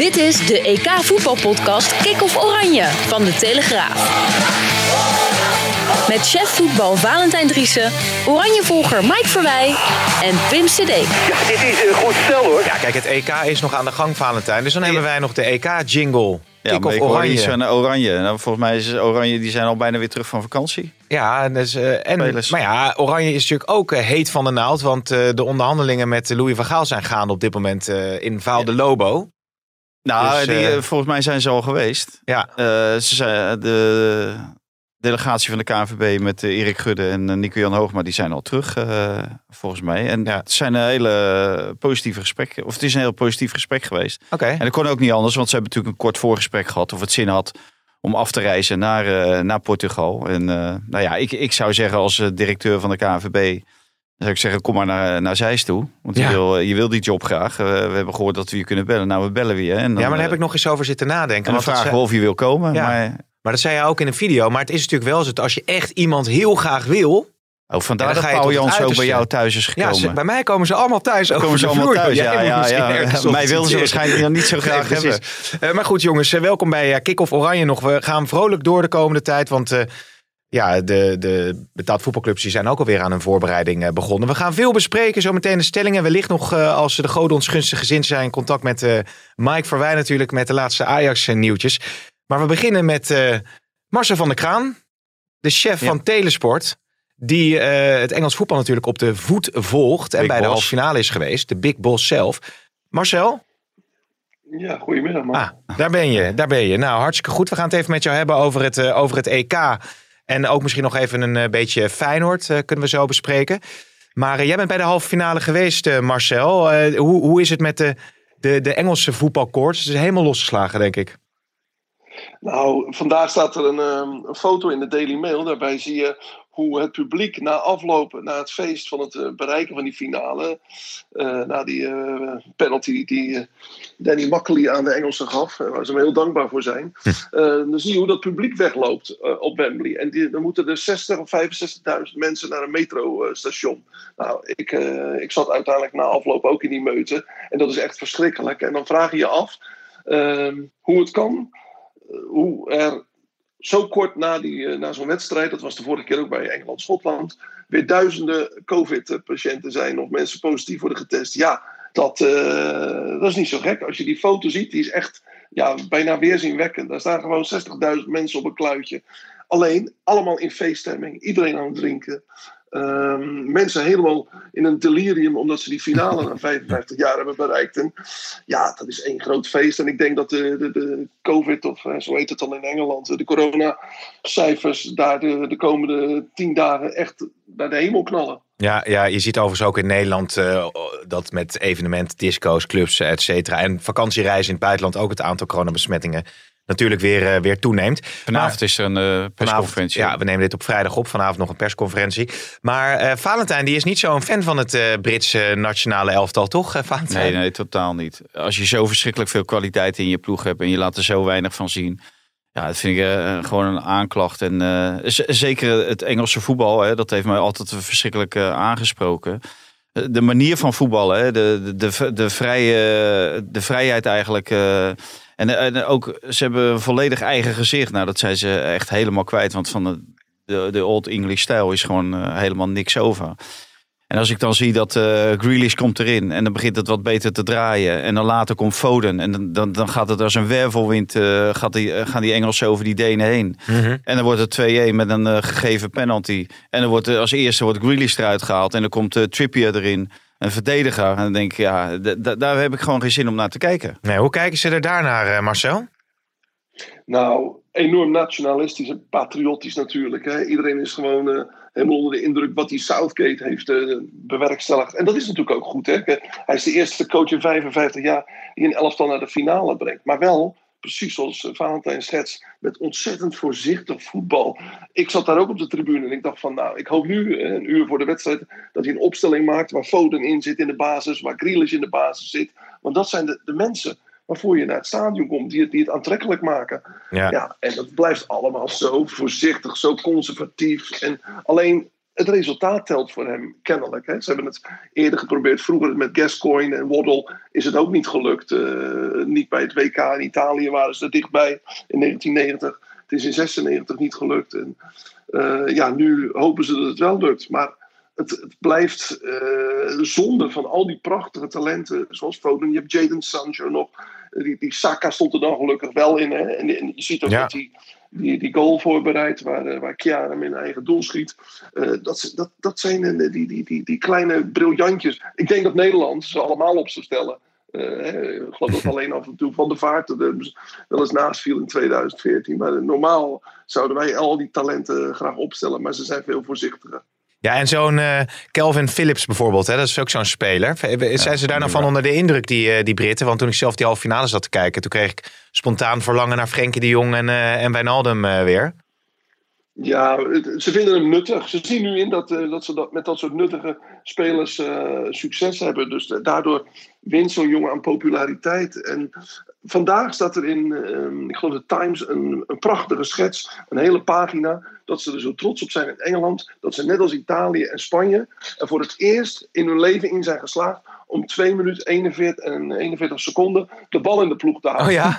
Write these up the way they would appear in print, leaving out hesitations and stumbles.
Dit is de EK voetbalpodcast Kick-Off Oranje van De Telegraaf. Met chef voetbal Valentijn Driessen, Oranjevolger Mike Verwij en Pim CD. Ja, dit is een goed stel hoor. Ja, kijk, het EK is nog aan de gang, Valentijn. Dus dan hebben wij nog de EK-jingle. Ja, maar ik hoor iets van Oranje. Nou, volgens mij is Oranje, die zijn al bijna weer terug van vakantie. Ja, dus, maar ja, Oranje is natuurlijk ook heet van de naald. Want de onderhandelingen met Louis van Gaal zijn gaande op dit moment in Vaal de Lobo. Nou, dus, volgens mij zijn ze al geweest. Ja. Ze zijn, de delegatie van de KNVB met Erik Gudde en Nico-Jan Hoogma, die zijn al terug, volgens mij. En het zijn een hele positieve gesprekken. Of het is een heel positief gesprek geweest. Okay. En dat kon ook niet anders, want ze hebben natuurlijk een kort voorgesprek gehad of het zin had om af te reizen naar Portugal. En nou ja, ik zou zeggen als directeur van de KNVB, dan zou ik zeggen, kom maar naar Zeist toe. Want je wil die job graag. We hebben gehoord dat we je kunnen bellen. Nou, we bellen weer. En dan, ja, maar daar heb ik nog eens over zitten nadenken. En dan vragen we of je wil komen. Ja. Maar dat zei je ook in een video. Maar het is natuurlijk wel zo dat als je echt iemand heel graag wil. Oh, vandaar dat Paul Jans ook bij jou thuis is gekomen. Ja, bij mij komen ze allemaal thuis. Komen ze allemaal thuis, ja. Mij wilden ze waarschijnlijk nog niet zo graag hebben. Maar goed jongens, welkom bij Kick-Off Oranje nog. We gaan vrolijk door de komende tijd. Want de betaald voetbalclubs die zijn ook alweer aan hun voorbereiding begonnen. We gaan veel bespreken, zometeen de stellingen. Wellicht nog, als de goden ons gunstig gezind zijn, contact met Mike Verwij natuurlijk, met de laatste Ajax-nieuwtjes. Maar we beginnen met Marcel van der Kraan, de chef van Telesport. Die het Engels voetbal natuurlijk op de voet volgt. En Big bij de Boss. halve finale is geweest. De Big Boss zelf. Marcel? Ja, goedemiddag man. Daar ben je. Nou, hartstikke goed. We gaan het even met jou hebben over het EK. En ook misschien nog even een beetje Feyenoord kunnen we zo bespreken. Maar jij bent bij de halve finale geweest, Marcel. Hoe is het met de Engelse voetbalkoorts? Het is helemaal losgeslagen, denk ik. Nou, vandaag staat er een foto in de Daily Mail. Daarbij zie je hoe het publiek na afloop, na het feest van het bereiken van die finale, na die penalty die Danny Makkely aan de Engelsen gaf, waar ze hem heel dankbaar voor zijn, dan zie je hoe dat publiek wegloopt op Wembley. En dan moeten er 60 of 65.000 mensen naar een metrostation. Nou, ik zat uiteindelijk na afloop ook in die meute. En dat is echt verschrikkelijk. En dan vraag je je af hoe het kan, hoe er zo kort na zo'n wedstrijd, dat was de vorige keer ook bij Engeland-Schotland, weer duizenden COVID-patiënten zijn of mensen positief worden getest. Ja, dat is niet zo gek. Als je die foto ziet, die is echt bijna weerzinwekkend. Daar staan gewoon 60.000 mensen op een kluitje. Alleen, allemaal in feeststemming. Iedereen aan het drinken. Mensen helemaal in een delirium omdat ze die finale na 55 jaar hebben bereikt. En ja, dat is één groot feest. En ik denk dat de COVID, of zo heet het dan in Engeland, de coronacijfers daar de komende 10 dagen echt naar de hemel knallen. Ja, je ziet overigens ook in Nederland dat met evenementen, disco's, clubs, et cetera, en vakantiereizen in het buitenland ook het aantal coronabesmettingen natuurlijk weer toeneemt. Vanavond is er een persconferentie. Ja, we nemen dit op vrijdag op. Vanavond nog een persconferentie. Maar Valentijn, die is niet zo'n fan van het Britse nationale elftal, toch, Valentijn? Nee, totaal niet. Als je zo verschrikkelijk veel kwaliteit in je ploeg hebt en je laat er zo weinig van zien. Ja, dat vind ik gewoon een aanklacht. En zeker het Engelse voetbal, dat heeft mij altijd verschrikkelijk aangesproken. De manier van voetballen, de vrijheid eigenlijk. En ook, ze hebben een volledig eigen gezicht. Nou, dat zijn ze echt helemaal kwijt. Want van de Old English stijl is gewoon helemaal niks over. En als ik dan zie dat Grealish komt erin en dan begint het wat beter te draaien. En dan later komt Foden en dan gaat het als een wervelwind, gaan die Engelsen over die Denen heen. Mm-hmm. En dan wordt het 2-1 met een gegeven penalty. En dan wordt als eerste Grealish eruit gehaald en dan komt Trippier erin. Een verdediger. En dan denk ik, daar heb ik gewoon geen zin om naar te kijken. Nee, hoe kijken ze er daarnaar, Marcel? Nou, enorm nationalistisch en patriotisch natuurlijk. Hè. Iedereen is gewoon helemaal onder de indruk wat die Southgate heeft bewerkstelligd. En dat is natuurlijk ook goed. Hè. Hij is de eerste coach in 55 jaar die een elftal naar de finale brengt. Maar wel, precies zoals Valentijn schetst, met ontzettend voorzichtig voetbal. Ik zat daar ook op de tribune en ik dacht van, nou, ik hoop nu, een uur voor de wedstrijd, dat hij een opstelling maakt waar Foden in zit in de basis, waar Grealish in de basis zit. Want dat zijn de mensen waarvoor je naar het stadion komt, die het aantrekkelijk maken. Ja, en dat blijft allemaal zo voorzichtig, zo conservatief. En alleen het resultaat telt voor hem kennelijk. Hè. Ze hebben het eerder geprobeerd. Vroeger met Gascoigne en Waddle is het ook niet gelukt. Niet bij het WK in Italië waren ze er dichtbij in 1990. Het is in 1996 niet gelukt. En nu hopen ze dat het wel lukt. Maar het blijft zonde van al die prachtige talenten zoals Foden. Je hebt Jadon Sancho nog. Die Saka stond er dan gelukkig wel in. Hè? En je ziet ook dat die goal voorbereidt waar Kjaer hem in eigen doel schiet. Dat zijn die kleine briljantjes. Ik denk dat Nederland ze allemaal op zou stellen. Ik geloof dat alleen af en toe Van der Vaart er wel eens naast viel in 2014. Maar normaal zouden wij al die talenten graag opstellen. Maar ze zijn veel voorzichtiger. Ja, en zo'n Calvin Phillips bijvoorbeeld, hè, dat is ook zo'n speler. Zijn ze daar nou van onder de indruk, die Britten? Want toen ik zelf die halve finale zat te kijken, toen kreeg ik spontaan verlangen naar Frenkie de Jong en Wijnaldum weer. Ja, ze vinden hem nuttig. Ze zien nu in dat ze met dat soort nuttige spelers succes hebben. Dus daardoor wint zo'n jongen aan populariteit. En vandaag staat er in, ik geloof de Times, een prachtige schets. Een hele pagina. Dat ze er zo trots op zijn in Engeland. Dat ze net als Italië en Spanje er voor het eerst in hun leven in zijn geslaagd om 2 minuten 41 seconden de bal in de ploeg te houden. Oh ja,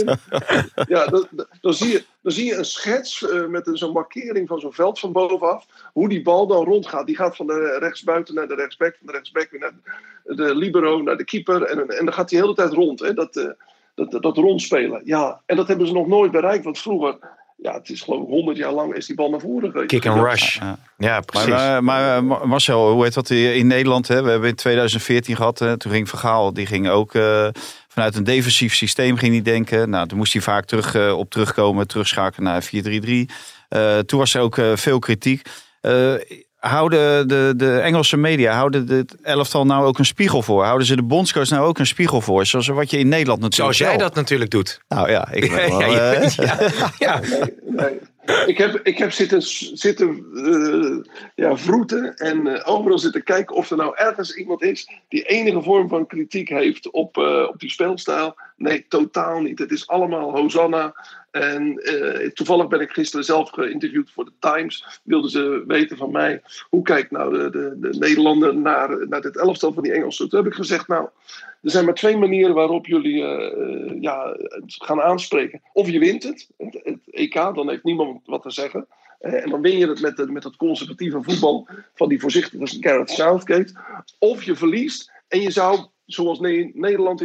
dan zie je een schets met zo'n markering van zo'n veld van bovenaf. Hoe die bal dan rondgaat. Die gaat van de rechtsbuiten naar de rechtsback. Van de rechtsback weer naar de libero, naar de keeper. En dan gaat die de hele tijd rond. Hè? Dat rondspelen. Ja, en dat hebben ze nog nooit bereikt. Want vroeger, het is geloof ik 100 jaar lang is die bal naar voren gegaan. Kick and rush. Ja, precies. Maar Marcel, hoe heet dat in Nederland? Hè? We hebben in 2014 gehad. Toen ging Van Gaal, die ging ook vanuit een defensief systeem ging hij denken. Nou, toen moest hij vaak terugkomen, terugschakelen naar 4-3-3. Toen was er ook veel kritiek. Houden de Engelse media, houden het elftal nou ook een spiegel voor? Houden ze de bondscoach nou ook een spiegel voor? Zoals wat je in Nederland natuurlijk Zoals jij dat natuurlijk doet. Nou ja, ik ben wel... Nee. Ik heb zitten vroeten en overal zitten kijken of er nou ergens iemand is die enige vorm van kritiek heeft op die speelstijl. Nee, totaal niet. Het is allemaal Hosanna. En toevallig ben ik gisteren zelf geïnterviewd voor de Times. Wilden ze weten van mij, hoe kijkt nou de Nederlander naar dit elftal van die Engelsen? Toen heb ik gezegd, nou, er zijn maar 2 manieren waarop jullie het gaan aanspreken. Of je wint het EK, dan heeft niemand wat te zeggen. En dan win je het met het conservatieve voetbal van die voorzichtige Gareth Southgate. Of je verliest en je zou, zoals Nederland in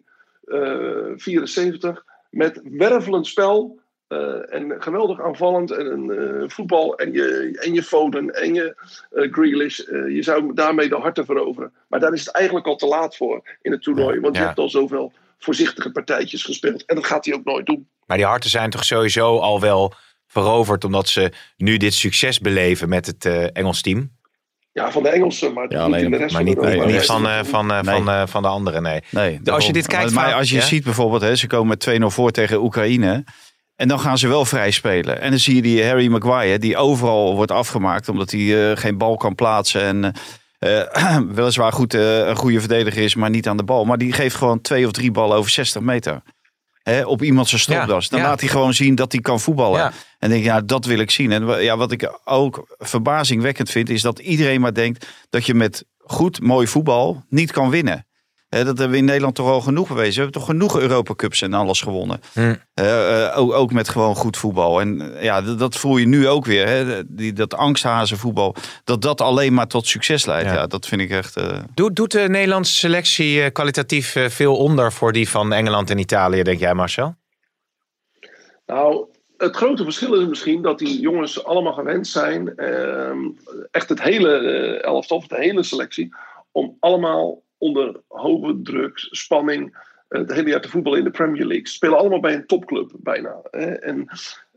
1974... met wervelend spel en geweldig aanvallend en voetbal en je Foden en je Grealish. Je zou daarmee de harten veroveren. Maar daar is het eigenlijk al te laat voor in het toernooi. Want je hebt al zoveel voorzichtige partijtjes gespeeld. En dat gaat hij ook nooit doen. Maar die harten zijn toch sowieso al wel veroverd omdat ze nu dit succes beleven met het Engels team? Ja, van de Engelsen, maar niet in de rest van Europa. Niet van de anderen, nee. Als je dit kijkt... Maar als je ziet bijvoorbeeld, ze komen met 2-0 voor tegen Oekraïne. En dan gaan ze wel vrij spelen. En dan zie je die Harry Maguire, die overal wordt afgemaakt omdat hij geen bal kan plaatsen. En weliswaar goed, een goede verdediger is, maar niet aan de bal. Maar die geeft gewoon 2 of 3 ballen over 60 meter. Op iemand zijn stropdas. Dan laat hij gewoon zien dat hij kan voetballen. Ja. En denk je, dat wil ik zien. En wat ik ook verbazingwekkend vind, is dat iedereen maar denkt dat je met goed, mooi voetbal niet kan winnen. Dat hebben we in Nederland toch al genoeg bewezen. We hebben toch genoeg Europa Cups en alles gewonnen. Ook met gewoon goed voetbal. En dat voel je nu ook weer. Hè? Dat angsthazen voetbal. Dat alleen maar tot succes leidt. Ja, dat vind ik echt... Doet de Nederlandse selectie kwalitatief veel onder voor die van Engeland en Italië, denk jij, Marcel? Nou, het grote verschil is misschien dat die jongens allemaal gewend zijn. Echt het hele elftal, de hele selectie. Om allemaal onder hoge druk, spanning, het hele jaar te voetballen in de Premier League. Ze spelen allemaal bij een topclub, bijna. En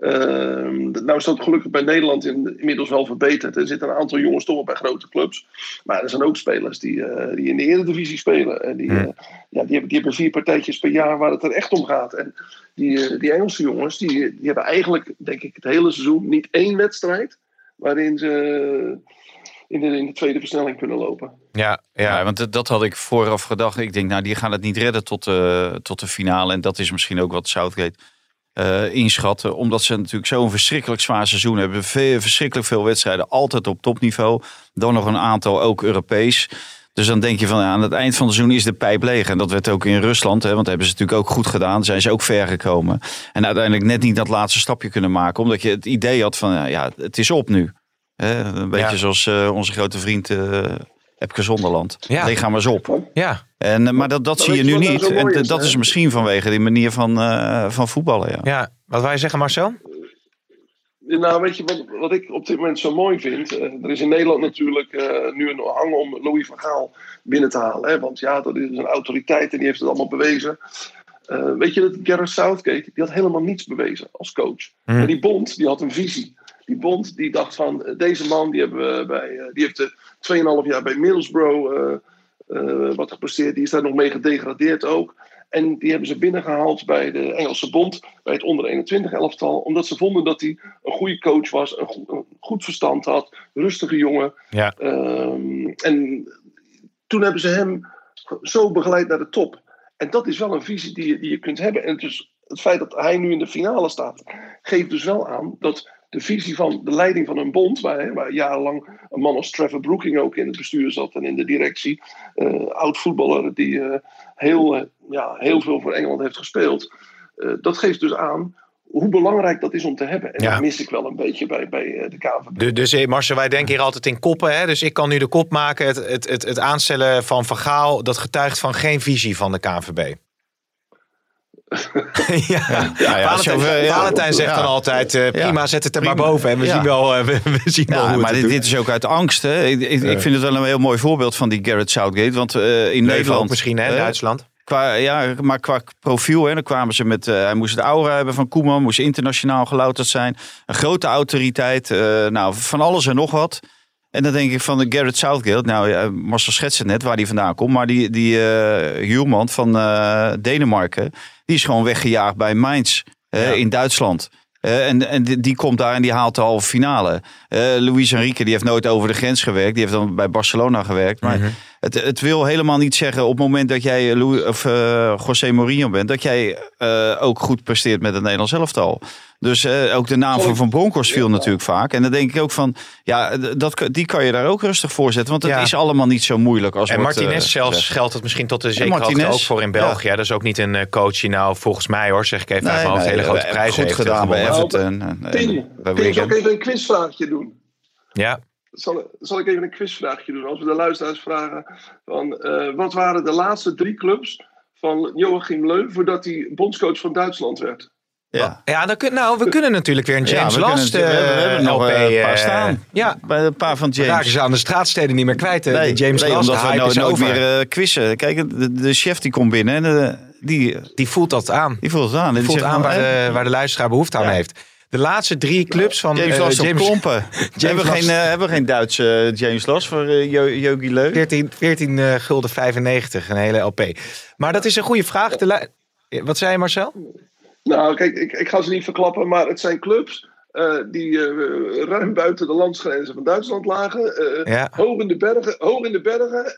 nou is dat gelukkig bij Nederland inmiddels wel verbeterd. Er zitten een aantal jongens toch wel bij grote clubs. Maar er zijn ook spelers die in de Eredivisie spelen. En die hebben 4 partijtjes per jaar waar het er echt om gaat. En die Engelse jongens, die hebben eigenlijk, denk ik, het hele seizoen niet 1 wedstrijd waarin ze in de tweede versnelling kunnen lopen. Ja, want dat had ik vooraf gedacht. Ik denk, die gaan het niet redden tot de finale. En dat is misschien ook wat Southgate inschatten. Omdat ze natuurlijk zo'n verschrikkelijk zwaar seizoen hebben. Verschrikkelijk veel wedstrijden, altijd op topniveau. Dan nog een aantal ook Europees. Dus dan denk je van aan het eind van het seizoen is de pijp leeg. En dat werd ook in Rusland, want dat hebben ze natuurlijk ook goed gedaan. Zijn ze ook ver gekomen. En uiteindelijk net niet dat laatste stapje kunnen maken. Omdat je het idee had van het is op nu. Een beetje zoals onze grote vriend Epke Zonderland. Ja. Leg maar eens op. Ja. Maar dat zie je nu niet. En dat is misschien vanwege die manier van voetballen. Ja, wat wij zeggen, Marcel? Nou, weet je wat ik op dit moment zo mooi vind? Er is in Nederland natuurlijk nu een hang om Louis van Gaal binnen te halen. Hè? Want ja, dat is een autoriteit en die heeft het allemaal bewezen. Weet je dat Gareth Southgate, die had helemaal niets bewezen als coach. Maar die bond, die had een visie. Die bond, die dacht van, deze man, die heeft 2,5 jaar bij Middlesbrough wat gepresteerd. Die is daar nog mee gedegradeerd ook. En die hebben ze binnengehaald bij de Engelse bond, bij het onder 21 elftal. Omdat ze vonden dat hij een goede coach was, een goed verstand had, rustige jongen. Ja. En toen hebben ze hem zo begeleid naar de top. En dat is wel een visie die je kunt hebben. En dus het feit dat hij nu in de finale staat, geeft dus wel aan dat de visie van de leiding van een bond, waar jarenlang een man als Trevor Brooking ook in het bestuur zat en in de directie, oud voetballer die heel veel voor Engeland heeft gespeeld. Dat geeft dus aan hoe belangrijk dat is om te hebben. En dat mis ik wel een beetje bij de KNVB. Dus Marcel, wij denken hier altijd in koppen. Hè? Dus ik kan nu de kop maken. Het aanstellen van Van Gaal, dat getuigt van geen visie van de KNVB. Valentijn zegt dan altijd, prima, zet het er maar boven. En we zien wel, hoe maar dit is ook uit angst. Hè? Ik vind het wel een heel mooi voorbeeld van die Gareth Southgate. Want in Nederland misschien, hè, Duitsland. Maar qua profiel, dan kwamen ze met... hij moest de aura hebben van Koeman, moest internationaal gelouterd zijn. Een grote autoriteit, van alles en nog wat. En dan denk ik van de Gareth Southgate, Marcel schetste net waar die vandaan komt. Maar die huurman van Denemarken, die is gewoon weggejaagd bij Mainz in Duitsland. En die komt daar en die haalt de halve finale. Luis Enrique, die heeft nooit over de grens gewerkt. Die heeft dan bij Barcelona gewerkt. Maar het wil helemaal niet zeggen op het moment dat jij José Mourinho bent, dat jij ook goed presteert met het Nederlands elftal. Dus ook de naam van Bronkhorst viel natuurlijk vaak. En dan denk ik ook van, die kan je daar ook rustig voor zetten. Want het is allemaal niet zo moeilijk als en Martinez zelfs geldt het misschien tot de zekere ook voor in België. Ja. Dat is ook niet een coach die volgens mij zeg ik even een hele grote prijs goed heeft gedaan bij Everton. Pien, zal ik even een quizvraagje doen? Ja. Zal ik even een quizvraagje doen? Als we de luisteraars vragen van wat waren de laatste 3 clubs van Joachim Löw voordat hij bondscoach van Duitsland werd? Ja, we kunnen natuurlijk weer een James Last we hebben nog een paar staan. Ja, bij een paar van James. Raken ze aan de straatsteden niet meer kwijt. James Last, omdat we nooit meer quizzen. Kijk, de chef die komt binnen en die voelt dat aan. Die voelt het aan. Die voelt aan waar de luisteraar behoefte aan heeft. De laatste 3 clubs van James Last op klompen. Hebben we geen Duitse James Last voor Jogi Löw? 14 gulden 95, een hele LP. Maar dat is een goede vraag. Wat zei je, Marcel? Nou, kijk, ik ga ze niet verklappen, maar het zijn clubs die ruim buiten de landsgrenzen van Duitsland lagen. Hoog in de bergen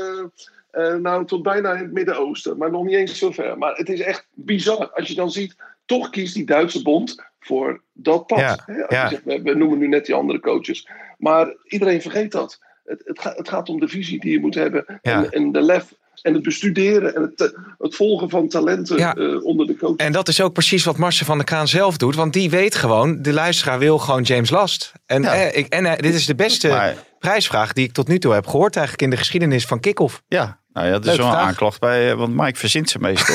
en tot bijna in het Midden-Oosten. Maar nog niet eens zo ver. Maar het is echt bizar. Als je dan ziet, toch kiest die Duitse bond voor dat pad. Zegt, we noemen nu net die andere coaches. Maar iedereen vergeet dat. Het gaat om de visie die je moet hebben. En de lef. En het bestuderen en het volgen van talenten onder de coach. En dat is ook precies wat Marcel van der Kraan zelf doet. Want die weet gewoon, de luisteraar wil gewoon James Last. En dit is de beste prijsvraag die ik tot nu toe heb gehoord eigenlijk in de geschiedenis van Kick-Off. Ja, dat is wel een aanklacht want Mike verzint ze meestal.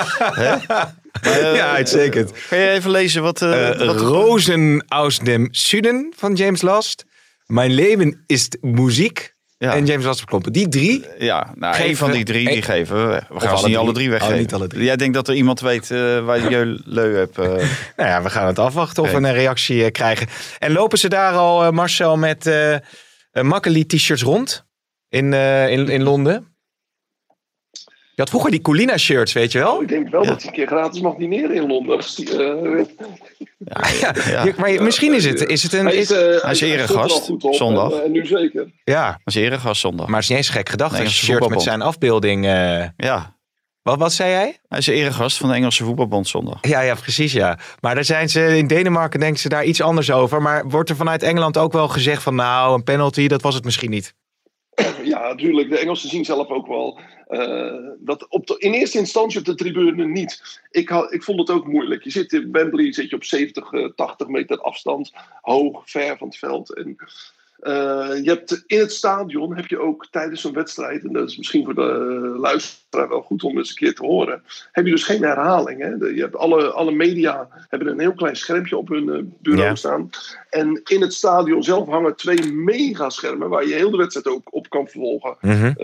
uitstekend. Ga je even lezen wat Rozen aus dem Süden van James Last. Mijn leven is muziek. Ja. En James Last beklompen. Die 3. Ja, een van die 3 die geven we. We gaan ze niet alle 3 weggeven. Niet alle 3. Jij denkt dat er iemand weet waar je Löw hebt. We gaan het afwachten of we een reactie krijgen. En lopen ze daar al, Marcel, met Makkeli t-shirts rond in Londen? Je had vroeger die Colina shirts, weet je wel? Ik denk wel dat hij een keer gratis mag dineren in Londen. Maar misschien is het een... Hij is eregast zondag. En nu zeker. Ja. Hij is eregast zondag. Maar het is niet eens gek gedacht. Een shirt met zijn afbeelding. Wat zei jij? Hij is eregast van de Engelse Voetbalbond zondag. Ja, precies, ja. Maar daar zijn ze in Denemarken, denken ze daar iets anders over. Maar wordt er vanuit Engeland ook wel gezegd van nou, een penalty, dat was het misschien niet? Ja, natuurlijk. De Engelsen zien zelf ook wel dat in eerste instantie op de tribune niet. Ik vond het ook moeilijk. Je zit in Wembley, zit je op 70, 80 meter afstand, hoog, ver van het veld. En je hebt in het stadion heb je ook tijdens een wedstrijd, en dat is misschien voor de luisteraar wel goed om eens een keer te horen, heb je dus geen herhaling. Hè? Je hebt alle media hebben een heel klein schermpje op hun bureau staan. En in het stadion zelf hangen 2 megaschermen waar je heel de wedstrijd ook op kan vervolgen.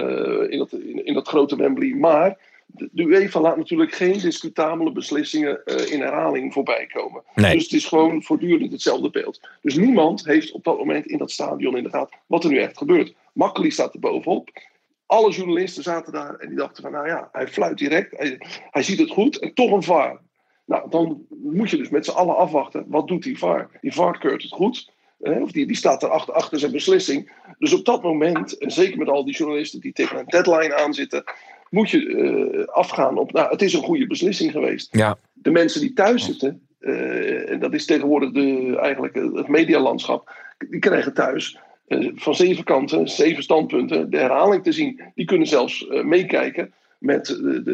In dat grote Wembley. Maar de UEFA laat natuurlijk geen discutabele beslissingen in herhaling voorbij komen. Nee. Dus het is gewoon voortdurend hetzelfde beeld. Dus niemand heeft op dat moment in dat stadion in de gaten wat er nu echt gebeurt. Makkely staat er bovenop. Alle journalisten zaten daar en die dachten van nou ja, hij fluit direct. Hij ziet het goed en toch een VAR. Nou, dan moet je dus met z'n allen afwachten. Wat doet die VAR? Die VAR keurt het goed. Of die staat er achter zijn beslissing. Dus op dat moment, en zeker met al die journalisten die tegen een deadline aanzitten, moet je afgaan op, nou, het is een goede beslissing geweest. Ja. De mensen die thuis zitten, en dat is tegenwoordig eigenlijk het medialandschap, die krijgen thuis van 7 kanten, 7 standpunten, de herhaling te zien. Die kunnen zelfs meekijken met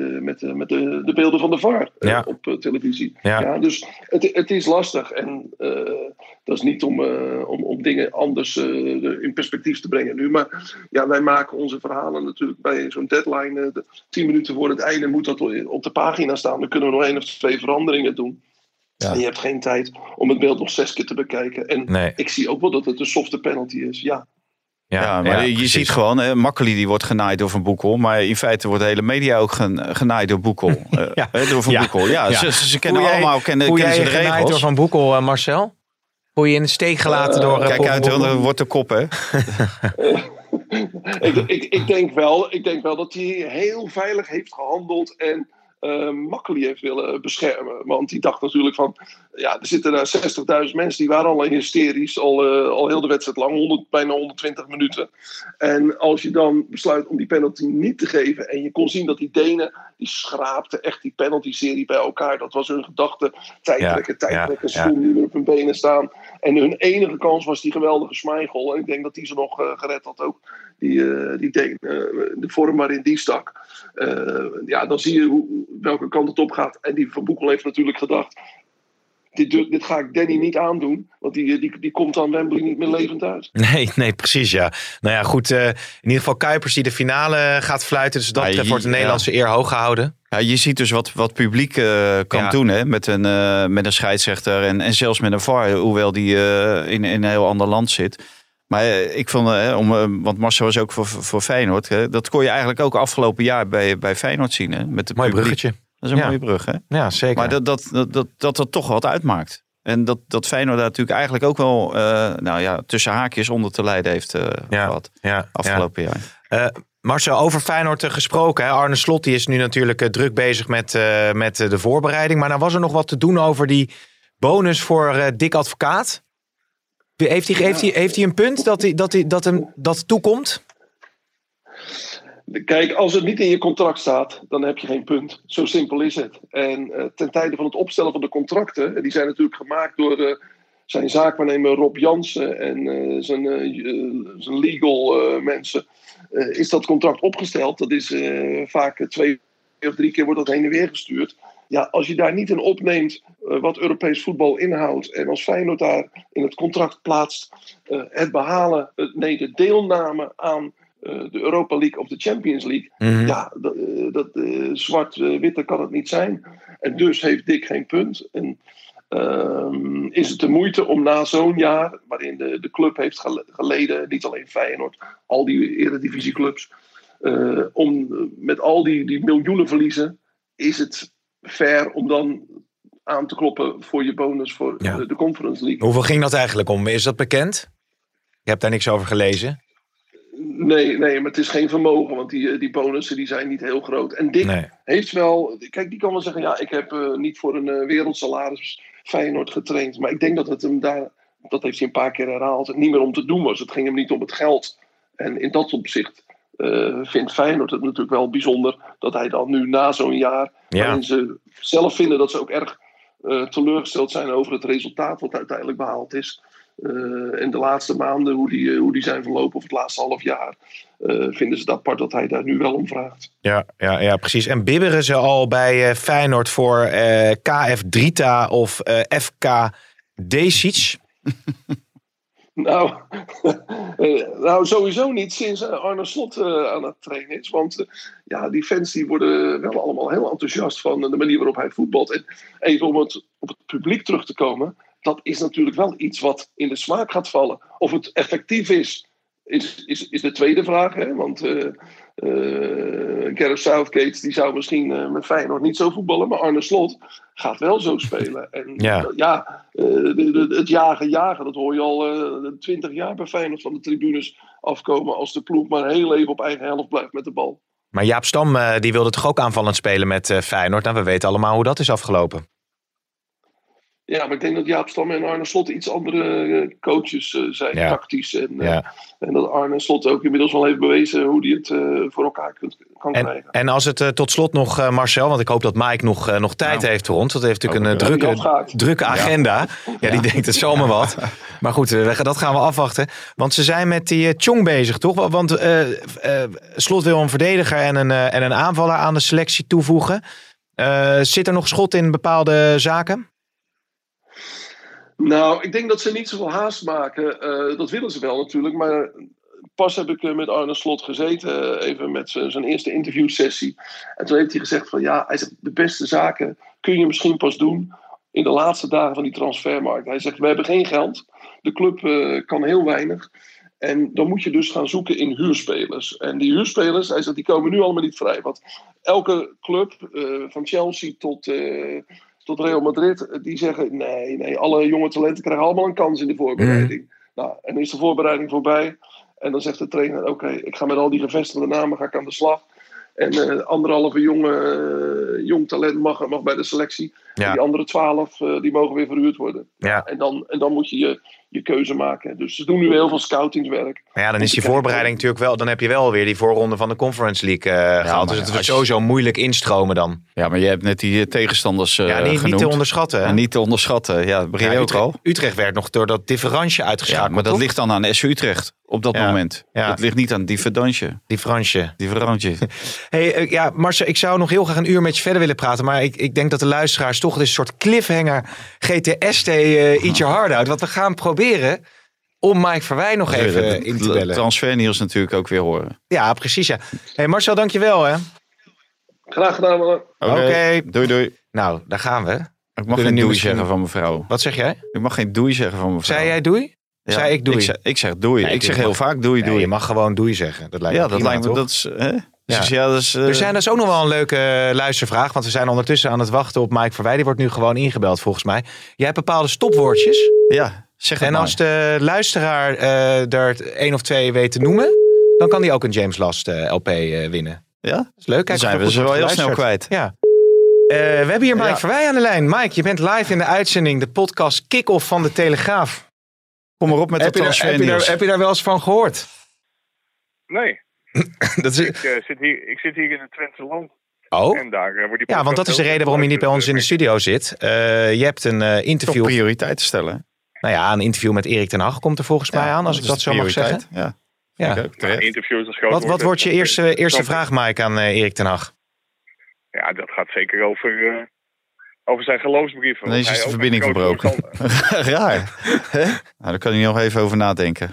de beelden van de VAR op televisie. Ja. Ja, dus het is lastig. En dat is niet om dingen anders in perspectief te brengen nu. Maar ja, wij maken onze verhalen natuurlijk bij zo'n deadline. 10 minuten voor het einde moet dat op de pagina staan. Dan kunnen we nog 1 of 2 veranderingen doen. Ja. En je hebt geen tijd om het beeld nog 6 keer te bekijken. En ik zie ook wel dat het een softe penalty is. Ja, maar je ziet gewoon, Makkely die wordt genaaid door Van Boekel. Maar in feite wordt de hele media ook genaaid door Boekel. Door Van Boekel. Ja, ze kennen allemaal kennen ze de regels. Hoe jij genaaid door Van Boekel, Marcel? Voel je in de steek gelaten door... Kijk uit, dan wordt de kop, hè? Ik denk wel dat hij heel veilig heeft gehandeld en Makkely heeft willen beschermen. Want die dacht natuurlijk van, ja, er zitten daar 60.000 mensen, die waren al hysterisch, al heel de wedstrijd lang, bijna 120 minuten. En als je dan besluit om die penalty niet te geven, en je kon zien dat die Denen, die schraapten echt die penalty-serie bij elkaar. Dat was hun gedachte, tijdrekken, schoenen die op hun benen staan. En hun enige kans was die geweldige Schmeichel. En ik denk dat die ze nog gered had ook, die Deen, de vorm waarin die stak. Dan zie je welke kant het op gaat. En die Van Boekel heeft natuurlijk gedacht, dit ga ik Danny niet aandoen. Want die komt dan Wembley niet meer levend uit. Nee, precies, ja. Nou ja, goed. In ieder geval Kuipers die de finale gaat fluiten. Dus dat wordt de Nederlandse eer hoog gehouden. Ja, je ziet dus wat publiek kan doen, hè, met een scheidsrechter en zelfs met een VAR. Hoewel die in een heel ander land zit. Maar ik vond, want Marcel was ook voor Feyenoord. Hè, dat kon je eigenlijk ook afgelopen jaar bij Feyenoord zien. Hè, met het mooi publiek. Bruggetje. Dat is een mooie brug, hè? Ja, zeker. Maar dat toch wat uitmaakt. En dat Feyenoord daar natuurlijk eigenlijk ook wel tussen haakjes onder te lijden heeft gehad. Afgelopen jaar. Marcel, over Feyenoord gesproken. Hè? Arne Slot die is nu natuurlijk druk bezig met de voorbereiding. Maar nou was er nog wat te doen over die bonus voor Dick Advocaat. Heeft hij een punt dat hem dat toekomt? Kijk, als het niet in je contract staat, dan heb je geen punt. Zo simpel is het. En ten tijde van het opstellen van de contracten, en die zijn natuurlijk gemaakt door zijn zaakwaarnemer Rob Jansen en zijn legal mensen, is dat contract opgesteld. Dat is vaak 2 of 3 keer wordt dat heen en weer gestuurd. Ja, als je daar niet in opneemt wat Europees voetbal inhoudt en als Feyenoord daar in het contract plaatst het behalen, de deelname aan de Europa League of de Champions League. Mm-hmm. Ja, dat zwart-witte kan het niet zijn. En dus heeft Dick geen punt. En is het de moeite om na zo'n jaar, waarin de club heeft geleden, niet alleen Feyenoord, al die eredivisieclubs, om met al die miljoenen verliezen, is het fair om dan aan te kloppen voor je bonus voor de Conference League. Hoeveel ging dat eigenlijk om? Is dat bekend? Je hebt daar niks over gelezen? Nee, maar het is geen vermogen, want die bonussen die zijn niet heel groot. En Dick heeft wel, kijk, die kan wel zeggen, ja, ik heb niet voor een wereldsalaris Feyenoord getraind. Maar ik denk dat het hem daar, dat heeft hij een paar keer herhaald, het niet meer om te doen was. Het ging hem niet om het geld. En in dat opzicht vindt Feyenoord het natuurlijk wel bijzonder dat hij dan nu na zo'n jaar, waarin ze zelf vinden dat ze ook erg teleurgesteld zijn over het resultaat wat uiteindelijk behaald is. En de laatste maanden, hoe die zijn verlopen, of het laatste half jaar, vinden ze het apart dat hij daar nu wel om vraagt. Ja, precies. En bibberen ze al bij Feyenoord voor KF Drita of FK Desic? Nou, sowieso niet sinds Arne Slot aan het trainen is. Want die fans die worden wel allemaal heel enthousiast van de manier waarop hij voetbalt. En even om op het publiek terug te komen. Dat is natuurlijk wel iets wat in de smaak gaat vallen. Of het effectief is de tweede vraag. Hè? Want Gareth Southgate die zou misschien met Feyenoord niet zo voetballen. Maar Arne Slot gaat wel zo spelen. En het jagen, dat hoor je al 20 jaar bij Feyenoord van de tribunes afkomen. Als de ploeg maar heel even op eigen helft blijft met de bal. Maar Jaap Stam die wilde toch ook aanvallend spelen met Feyenoord? Nou, we weten allemaal hoe dat is afgelopen. Ja, maar ik denk dat Jaap Stam en Arne Slot iets andere coaches zijn, tactisch. En dat Arne Slot ook inmiddels wel heeft bewezen hoe hij het voor elkaar kan krijgen. En als het tot slot nog, Marcel, want ik hoop dat Mike nog tijd heeft voor ons. Dat heeft natuurlijk een drukke agenda. Ja, die denkt het zal me wat. Maar goed, dat gaan we afwachten. Want ze zijn met die Tjong bezig, toch? Want Slot wil een verdediger en een aanvaller aan de selectie toevoegen. Zit er nog schot in bepaalde zaken? Nou, ik denk dat ze niet zoveel haast maken. Dat willen ze wel natuurlijk. Maar pas heb ik met Arne Slot gezeten. Even met zijn eerste interviewsessie. En toen heeft hij gezegd van hij zegt, de beste zaken kun je misschien pas doen in de laatste dagen van die transfermarkt. Hij zegt, we hebben geen geld. De club kan heel weinig. En dan moet je dus gaan zoeken in huurspelers. En die huurspelers, hij zegt, die komen nu allemaal niet vrij. Want elke club, van Chelsea tot Real Madrid, die zeggen nee, alle jonge talenten krijgen allemaal een kans in de voorbereiding. Nou, en dan is de voorbereiding voorbij. En dan zegt de trainer, oké, ik ga met al die gevestigde namen aan de slag. En anderhalve jong talent mag bij de selectie. Ja. En die andere 12 die mogen weer verhuurd worden. Ja. En dan moet je je keuze maken. Dus ze doen nu heel veel scoutingswerk. Maar ja, dan is die voorbereiding natuurlijk wel. Dan heb je wel weer die voorronde van de Conference League gehaald. Dus het wordt sowieso moeilijk instromen dan. Ja, maar je hebt net die tegenstanders niet te onderschatten. En niet te onderschatten. Ja, dat begin je ook al. Utrecht werd nog door dat differentije uitgeschakeld. Ja, maar dat ligt dan aan SC Utrecht op dat moment. Ja. Dat ligt niet aan die Verdansje. Die Fransje. Hey, Marcel, ik zou nog heel graag een uur met je verder willen praten. Maar ik denk dat de luisteraars toch, het is een soort cliffhanger GTST Eat Your Heart Out. Want we gaan proberen om Mike Verwij nog even in te bellen. Transfernieuws natuurlijk ook weer horen. Ja, precies. Ja. Hey Marcel, dankjewel hè. Graag gedaan man. Oké. Doei. Nou, daar gaan we. Ik mag geen doei zeggen van mevrouw. Wat zeg jij? Ik mag geen doei zeggen van mevrouw. Zei jij doei? Ja, zei ik doei? Ik zeg doei. Nee, ik zeg heel vaak doei. Je mag gewoon doei zeggen. Dat lijkt me prima, lijkt me. Dat is, hè? Er zijn dus ook nog wel een leuke luistervraag. Want we zijn ondertussen aan het wachten op Mike Verwij. Die wordt nu gewoon ingebeld volgens mij. Jij hebt bepaalde stopwoordjes. Ja, zeg het en als de luisteraar er 1 of 2 weet te noemen, dan kan die ook een James Last LP winnen. Ja? Dat is leuk. Dan zijn we ze wel heel snel kwijt. Ja. We hebben hier Mike Verwij aan de lijn. Mike, je bent live in de uitzending. De podcast Kick-Off van de Telegraaf. Kom maar op met het transfernieuws. Heb je daar wel eens van gehoord? Nee. Dat is... ik zit hier in het Twentse land. Oh? En daar wordt die want dat is de reden waarom je niet bij ons in de studio zit. Je hebt een interview... Toch prioriteiten stellen. Nou ja, een interview met Erik ten Hag komt er volgens mij aan, als ik dat zo mag zeggen. Ja. Interviews is groot. Wat wordt je eerste vraag, Mike, aan Erik ten Hag? Ja, dat gaat zeker over zijn geloofsbrieven. Dan is de verbinding verbroken. Raar. Nou, daar kan hij nog even over nadenken.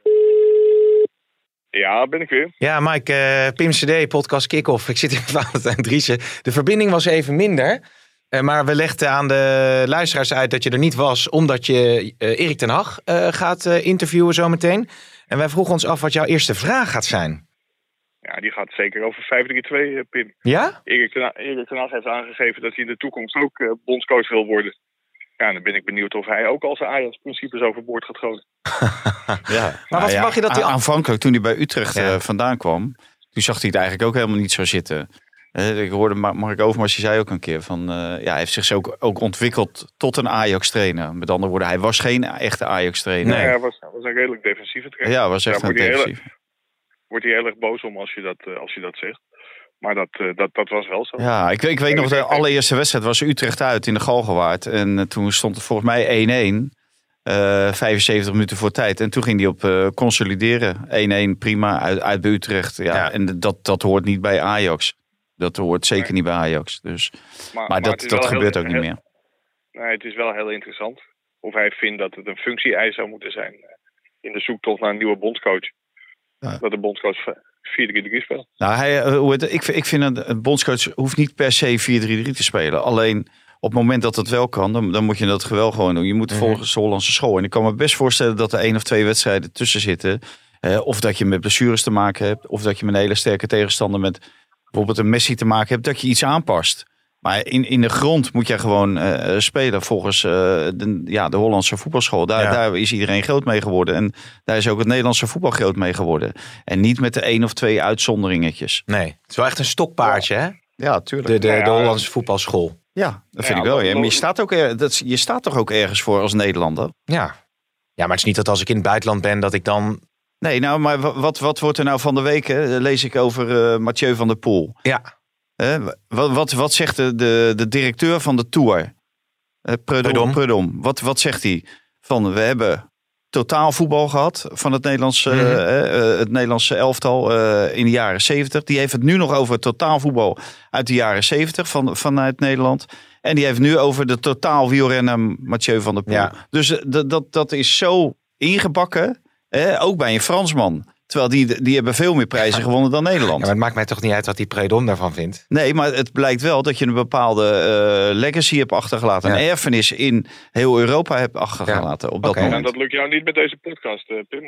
Ja, ben ik weer. Ja, Mike, Pim CD, podcast Kick-Off. Ik zit hier met Valentijn Driessen. De verbinding was even minder. Maar we legden aan de luisteraars uit dat je er niet was, omdat je Erik ten Hag gaat interviewen zometeen. En wij vroegen ons af wat jouw eerste vraag gaat zijn. Ja, die gaat zeker over 5-3-2, Pim. Ja? Erik ten Hag heeft aangegeven dat hij in de toekomst ook bondscoach wil worden. Ja, dan ben ik benieuwd of hij ook al zijn Ajax-principes overboord gaat gooien. Maar wat verwacht je dat hij... Aanvankelijk, toen hij bij Utrecht vandaan kwam, toen zag hij het eigenlijk ook helemaal niet zo zitten. Ik hoorde Mark Overmars, die zei ook een keer van... hij heeft zich ook ontwikkeld tot een Ajax-trainer. Met andere woorden, hij was geen echte Ajax-trainer. Nee, hij was een redelijk defensieve trainer. Ja, was echt een defensief. wordt hij heel erg boos om als je dat zegt. Maar dat was wel zo. Ja, ik weet nog, de allereerste wedstrijd was Utrecht uit in de Galgenwaard. En toen stond het volgens mij 1-1. 75 minuten voor tijd. En toen ging hij op consolideren. 1-1, prima, uit bij Utrecht. Ja. En dat hoort niet bij Ajax. Dat hoort zeker niet bij Ajax. Dus. Maar dat gebeurt ook niet meer. Nee, het is wel heel interessant. Of hij vindt dat het een functie-eis zou moeten zijn. In de zoektocht naar een nieuwe bondscoach. Ja. Dat de bondscoach 4-3-3 speelt. Nou, ik vind een bondscoach hoeft niet per se 4-3-3 te spelen. Alleen op het moment dat het wel kan, dan moet je dat wel gewoon doen. Je moet volgens de Hollandse school. En ik kan me best voorstellen dat er 1 of 2 wedstrijden tussen zitten. Of dat je met blessures te maken hebt. Of dat je met een hele sterke tegenstander met bijvoorbeeld een Messi te maken hebt. Dat je iets aanpast. Maar in de grond moet je gewoon spelen volgens de Hollandse voetbalschool. Daar is iedereen groot mee geworden. En daar is ook het Nederlandse voetbal groot mee geworden. En niet met de 1 of 2 uitzonderingetjes. Nee, het is wel echt een stokpaardje, hè? Ja, tuurlijk. De Hollandse voetbalschool. Ja, dat vind ik wel. Ja. Maar je staat toch ook ergens voor als Nederlander? Ja, maar het is niet dat als ik in het buitenland ben dat ik dan... Nee, nou, maar wat wordt er nou van de week? Lees ik over Mathieu van der Poel. Ja. Wat zegt de directeur van de Tour? Prudhomme. Wat zegt hij? We hebben totaal voetbal gehad van het Nederlandse elftal in de jaren 70. Die heeft het nu nog over het totaal voetbal uit de jaren 70 vanuit Nederland. En die heeft nu over de totaal wielrenner Mathieu van der Poel. Ja. Dus dat is zo ingebakken, ook bij een Fransman. Terwijl die hebben veel meer prijzen gewonnen dan Nederland. Ja, maar het maakt mij toch niet uit wat die Prudhomme daarvan vindt? Nee, maar het blijkt wel dat je een bepaalde legacy hebt achtergelaten. Een erfenis in heel Europa hebt achtergelaten op dat moment. En dat lukt jou niet met deze podcast, Pim.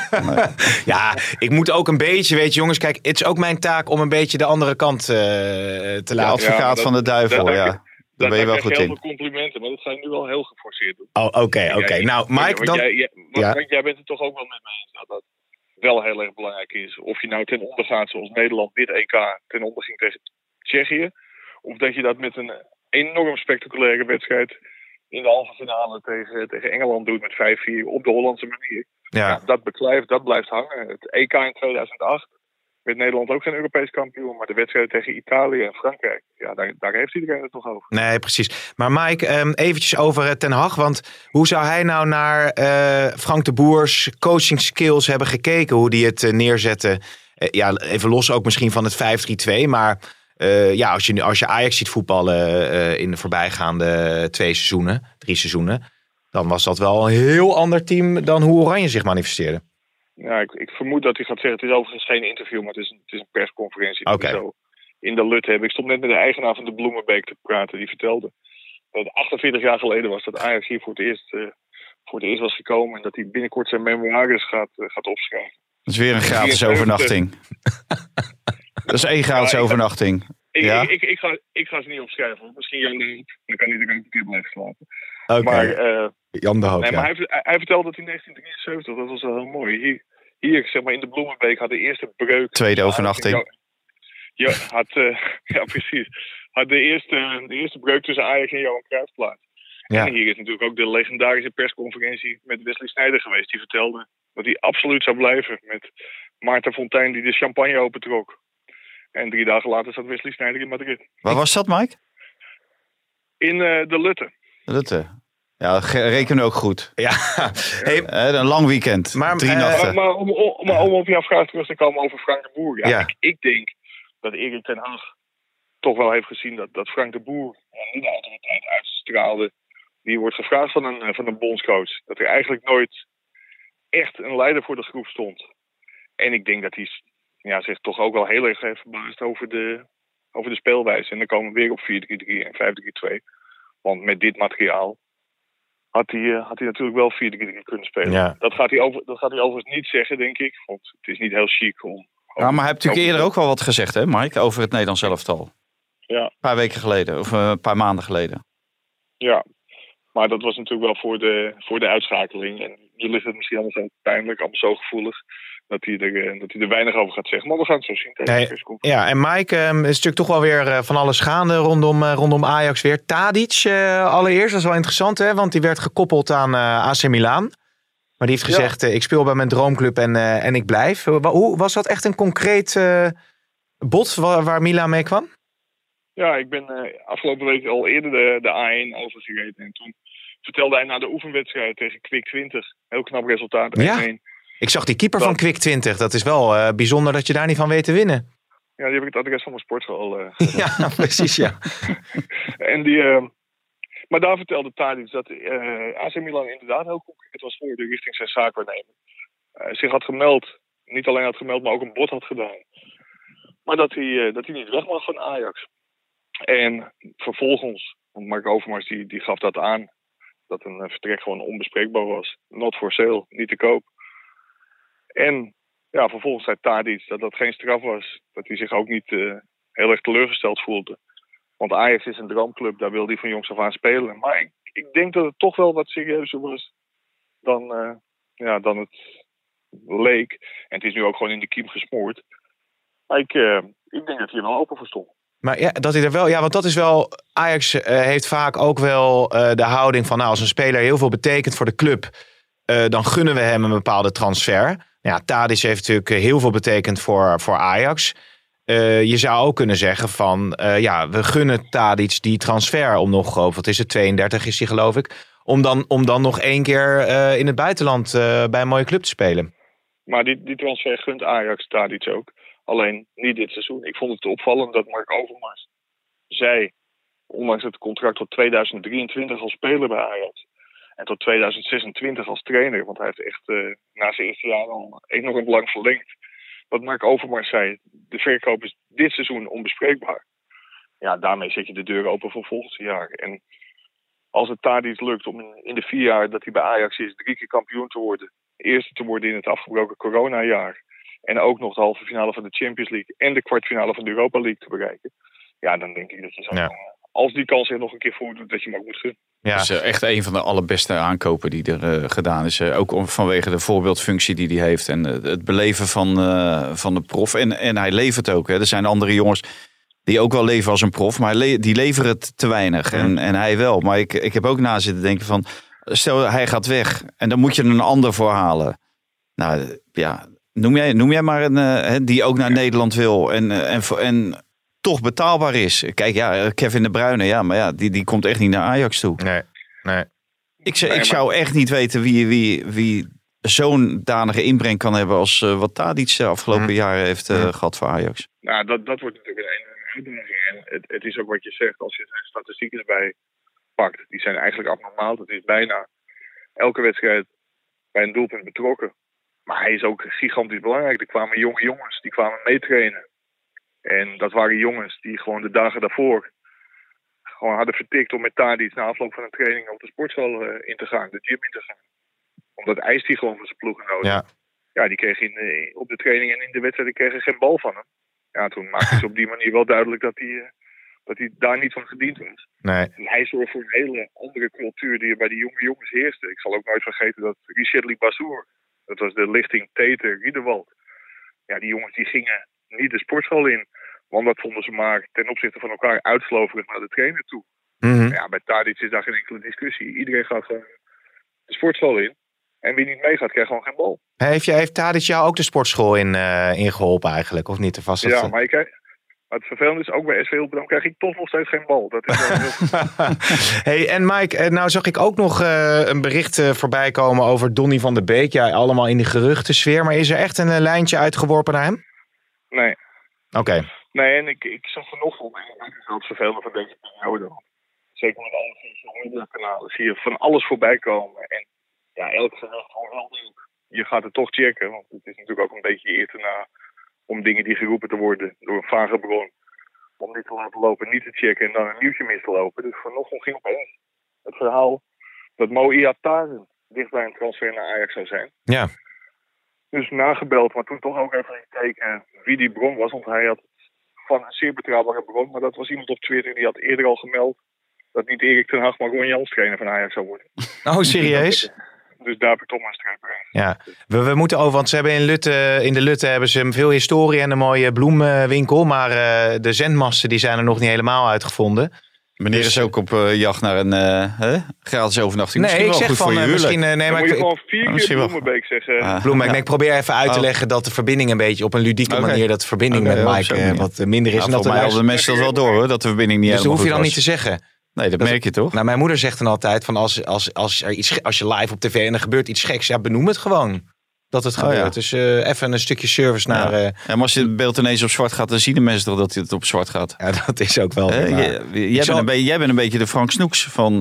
Ja, ik moet ook een beetje, weet je jongens, kijk, het is ook mijn taak om een beetje de andere kant te laten. De advocaat van de duivel, Daar ben je wel goed in. Heel veel complimenten, maar dat ga je nu wel heel geforceerd doen. Oh, oké. Nou, Mike, dan... Want jij bent het toch ook wel met mij eens dat wel heel erg belangrijk is. Of je nou ten onder gaat zoals Nederland dit EK ten onder ging tegen Tsjechië. Of dat je dat met een enorm spectaculaire wedstrijd in de halve finale tegen Engeland doet met 5-4 op de Hollandse manier. Ja. Dat blijft hangen. Het EK in 2008 werd Nederland ook geen Europees kampioen. Maar de wedstrijden tegen Italië en Frankrijk, ja, daar heeft iedereen het toch over. Nee, precies. Maar Mike, eventjes over Ten Hag. Want hoe zou hij nou naar Frank de Boers coaching skills hebben gekeken? Hoe die het neerzette? Even los ook misschien van het 5-3-2. Maar als je Ajax ziet voetballen in de voorbijgaande 3 seizoenen. Dan was dat wel een heel ander team dan hoe Oranje zich manifesteerde. Ja, ik vermoed dat hij gaat zeggen, het is overigens geen interview, maar het is een persconferentie. Okay. Die we zo in de Lut hebben. Ik stond net met de eigenaar van de Bloemenbeek te praten. Die vertelde dat het 48 jaar geleden was dat Ajax hier voor het eerst was gekomen. En dat hij binnenkort zijn memoires gaat opschrijven. Dat is weer een gratis overnachting. Dat is 1 gratis overnachting. Ik ga ze niet opschrijven. Misschien Jan de Hoop. Dan kan hij er een keer blijven slapen. Okay. Maar Jan de Hoop, maar hij vertelde dat in 1973, dat was wel heel mooi. Hier zeg maar in de Bloemenbeek had de eerste breuk. Tweede overnachting. Precies. Had de eerste breuk tussen Ajax en Johan Cruijff plaats. Ja. En hier is natuurlijk ook de legendarische persconferentie met Wesley Sneijder geweest. Die vertelde dat hij absoluut zou blijven met Maarten Fontijn die de champagne opentrok. En 3 dagen later zat Wesley Sneijder in Madrid. Waar was dat, Mike? In de Lutte. Lutte. Ja, rekenen ook goed. Ja. Een lang weekend. 3 nachten. Maar om op jouw vraag terug te komen over Frank de Boer. Ja. Ik denk dat Erik ten Hag toch wel heeft gezien dat Frank de Boer niet de autoriteit uitstraalde. Die wordt gevraagd van een bondscoach. Dat er eigenlijk nooit echt een leider voor de groep stond. En ik denk dat hij zich toch ook wel heel erg heeft verbaasd over de speelwijze. En dan komen we weer op 4-3-3 en 5-3-2. Want met dit materiaal had hij natuurlijk wel 4-3-3 kunnen spelen. Ja. Dat gaat hij overigens niet zeggen, denk ik. Want het is niet heel chic om... Maar hij heeft natuurlijk eerder ook wel wat gezegd, hè, Mike? Over het Nederlands elftal. Ja. Een paar weken geleden. Of een paar maanden geleden. Ja. Maar dat was natuurlijk wel voor de uitschakeling. En nu ligt het misschien allemaal zo pijnlijk, allemaal zo gevoelig. Dat hij er weinig over gaat zeggen. Maar we gaan het zo zien. Ja, en Mike, is natuurlijk toch wel weer van alles gaande rondom Ajax weer. Tadic allereerst, dat is wel interessant, hè? Want die werd gekoppeld aan AC Milan. Maar die heeft gezegd, ik speel bij mijn droomclub en ik blijf. Hoe was dat echt een concreet bod waar Milan mee kwam? Ja, ik ben afgelopen week al eerder de A1 overgereden. En toen vertelde hij na de oefenwedstrijd tegen Kwik 20. Heel knap resultaat. Ja, 1-1. Ik zag die keeper van Kwik 20. Dat is wel bijzonder dat je daar niet van weet te winnen. Ja, die heb ik het adres van mijn sportschool. Ja, precies, ja. En maar daar vertelde Tadić dat AC Milan inderdaad heel concreet was voor de richting zijn zaakwaarnemer. Zich had gemeld, niet alleen had gemeld, maar ook een bod had gedaan. Maar dat hij niet weg mag van Ajax. En vervolgens, want Mark Overmars die gaf dat aan, dat een vertrek gewoon onbespreekbaar was. Not for sale, niet te koop. En ja, vervolgens zei Tadić dat dat geen straf was. Dat hij zich ook niet heel erg teleurgesteld voelde. Want Ajax is een droomclub, daar wil hij van jongs af aan spelen. Maar ik denk dat het toch wel wat serieuzer was dan het leek. En het is nu ook gewoon in de kiem gesmoord. Maar ik denk dat hij er wel open voor stond. Maar ja, dat hij er wel, ja, want dat is wel. Ajax heeft vaak ook wel de houding van, nou, als een speler heel veel betekent voor de club, dan gunnen we hem een bepaalde transfer. Ja, Tadić heeft natuurlijk heel veel betekend voor Ajax. Je zou ook kunnen zeggen van, we gunnen Tadić die transfer om nog, wat is het, 32 is hij geloof ik, om dan nog 1 keer in het buitenland bij een mooie club te spelen. Maar die transfer gunt Ajax Tadić ook. Alleen niet dit seizoen. Ik vond het opvallend dat Mark Overmars zei, ondanks het contract tot 2023 als speler bij Ajax en tot 2026 als trainer, want hij heeft echt na zijn eerste jaar al enorm lang verlengd. Wat Mark Overmars zei, de verkoop is dit seizoen onbespreekbaar. Ja, daarmee zet je de deur open voor volgend jaar. En als het Tadić lukt om in de 4 jaar dat hij bij Ajax is 3 keer kampioen te worden, eerste te worden in het afgebroken coronajaar, en ook nog de halve finale van de Champions League en de kwartfinale van de Europa League te bereiken. Ja, dan denk ik dat je zo, als die kans er nog een keer voordoet, dat je hem ook moet gunnen. Ja. Dat is echt een van de allerbeste aankopen die er gedaan is. Ook vanwege de voorbeeldfunctie die hij heeft. En het beleven van de prof. En hij levert ook. Hè. Er zijn andere jongens die ook wel leven als een prof. Maar die leveren het te weinig. Ja. En hij wel. Maar ik heb ook na zitten denken van, stel hij gaat weg. En dan moet je een ander voor halen. Nou ja, noem jij maar een die ook naar Nederland wil. En toch betaalbaar is. Kijk, ja, Kevin De Bruyne, ja, maar ja, die komt echt niet naar Ajax toe. Nee. Ik zou echt niet weten wie zo'n danige inbreng kan hebben als wat Tadić de afgelopen jaren heeft gehad voor Ajax. Nou, dat wordt natuurlijk een uitdaging. En het is ook wat je zegt, als je zijn statistieken erbij pakt. Die zijn eigenlijk abnormaal. Dat is bijna elke wedstrijd bij een doelpunt betrokken. Maar hij is ook gigantisch belangrijk. Er kwamen jonge jongens, die kwamen meetrainen. En dat waren jongens die gewoon de dagen daarvoor gewoon hadden vertikt om met Tadić na afloop van een training op de sportschool in te gaan, de gym in te gaan. Omdat eist hij gewoon van zijn ploeggenoten. Ja, die kreeg op de training en in de wedstrijd kregen geen bal van hem. Ja, toen maakte ze op die manier wel duidelijk dat hij daar niet van gediend was. Nee. En hij zorgde voor een hele andere cultuur die er bij die jonge jongens heerste. Ik zal ook nooit vergeten dat Richard Bassour, dat was de lichting Teter Riederwald. Ja, die jongens die gingen niet de sportschool in. Want dat vonden ze maar ten opzichte van elkaar uitsloverig naar de trainer toe. Mm-hmm. Ja, bij Tadić is daar geen enkele discussie. Iedereen gaat gewoon de sportschool in. En wie niet meegaat, krijgt gewoon geen bal. Heeft Tadić jou ook de sportschool in geholpen eigenlijk? Of niet? Maar het vervelende is, ook bij SV Rotterdam krijg ik toch nog steeds geen bal. Dat is wel heel Hey, en Mike, nou zag ik ook nog een bericht voorbij komen over Donny van der Beek. Ja, allemaal in die geruchtensfeer. Maar is er echt een lijntje uitgeworpen naar hem? Nee. Oké. Nee, en ik zag vanochtend, en dat is wel het vervelende van deze periode. Zeker met alle social media kanalen zie je van alles voorbij komen. En ja, elk gerucht wordt wel leuk. Je gaat het toch checken, want het is natuurlijk ook een beetje eer te na om dingen die geroepen te worden door een vage bron, om niet te laten lopen, niet te checken en dan een nieuwtje mis te lopen. Dus vanochtend ging opeens het verhaal dat Mo Iataren dicht bij een transfer naar Ajax zou zijn. Ja. Dus nagebeld, maar toen toch ook even gekeken wie die bron was, want hij had van een zeer betrouwbare bron, maar dat was iemand op Twitter die had eerder al gemeld dat niet Erik ten Hag, maar Ron Jans trainer van Ajax zou worden. Oh, serieus? Dus daar heb ik toch maar een streep bij. Ja, we moeten over, want ze hebben in de Lutte hebben ze veel historie en een mooie bloemwinkel, maar de zendmasten die zijn er nog niet helemaal uitgevonden. Meneer Dus, is ook op jacht naar een gratis overnachting. Nee, Misschien ik wel zeg goed voor van je misschien... huwelijk. nee, Dan maar moet je ik, gewoon 4 keer misschien wel. Bloemenbeek zeggen. Bloemenbeek, nee, ik probeer even uit te leggen dat de verbinding een beetje op een ludieke manier... dat de verbinding met Mike wat minder is. Ja, en dat voor mij hadden de mensen dat wel door, hoor, dat de verbinding niet dus dat helemaal hoef je goed dan was. niet te zeggen. Nee, dat merk je toch? Nou, mijn moeder zegt dan altijd van als je live op tv en er gebeurt iets geks, ja, benoem het gewoon dat het gebeurt. Ja. Dus even een stukje service naar... Ja, maar als je het beeld ineens op zwart gaat, dan zien de mensen toch dat het op zwart gaat. Ja, dat is ook wel... Jij bent een beetje de Frank Snoeks van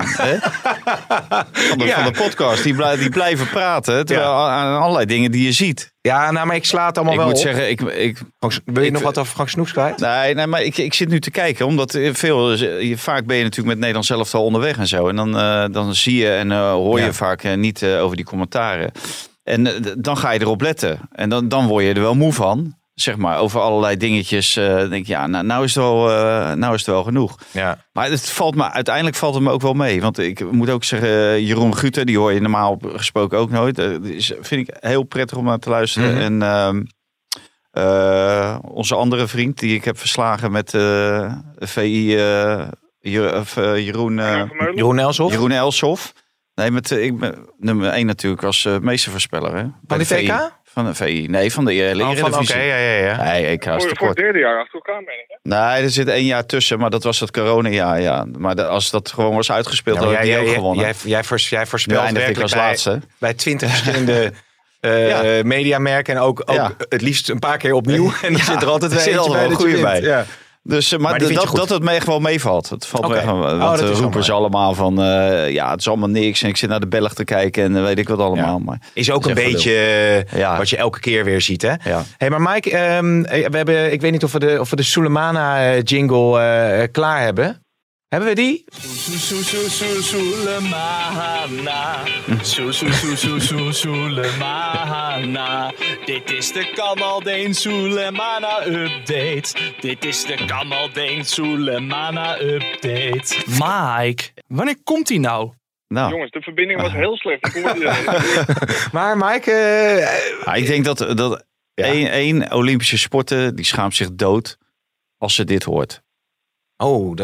de podcast. Die blijven praten terwijl aan allerlei dingen die je ziet. Ja, nou, maar ik sla het allemaal Ik wel moet op. zeggen, Wil je nog wat over Frank Snoeks kwijt? Nee, maar ik zit nu te kijken. Omdat vaak ben je natuurlijk met Nederland zelf al onderweg en zo. En dan zie je en hoor je vaak niet over die commentaren. En dan ga je erop letten. En dan word je er wel moe van. Zeg maar, over allerlei dingetjes. Denk je, ja, nou is het wel genoeg. Ja. Maar uiteindelijk valt het me ook wel mee. Want ik moet ook zeggen, Jeroen Gutte, die hoor je normaal gesproken ook nooit. Vind ik heel prettig om naar te luisteren. Mm-hmm. En onze andere vriend, die ik heb verslagen met VI, Jeroen Elshoff? Jeroen Elshoff. Nee, ik ben nummer 1 natuurlijk als meestervoorspeller. Hè? Van de VK? Van de VI. Nee, van de Eredivisie. Oké, ja. Nee, ik haast Voor het derde jaar achter elkaar, meen ik. Nee, er zit 1 jaar tussen, maar dat was het coronajaar. Ja. Maar als dat gewoon was uitgespeeld, dan had ik die ook gewonnen. Jij voorspelt eindigde ik als laatste. Bij 20 verschillende mediamerken en ook het liefst een paar keer opnieuw. En dan zit er altijd wel een goede bij. Ja. Dus, maar dat het me echt wel meevalt. Het valt me echt wel. Want roepen ze allemaal van... het is allemaal niks. En ik zit naar de Belg te kijken en weet ik wat allemaal. Ja. Maar is ook een beetje wat je elke keer weer ziet, hè? Ja. Hey, maar Mike, ik weet niet of we de Sulemana jingle klaar hebben. Hebben we die? Sulemana. Dit is de Kamaldeen Sulemana update. Dit is de Kamaldeen Sulemana update. Mike, wanneer komt die nou? Jongens, de verbinding was heel slecht. Maar Mike... ik denk dat één Olympische sporter, die schaamt zich dood als ze dit hoort. Oh,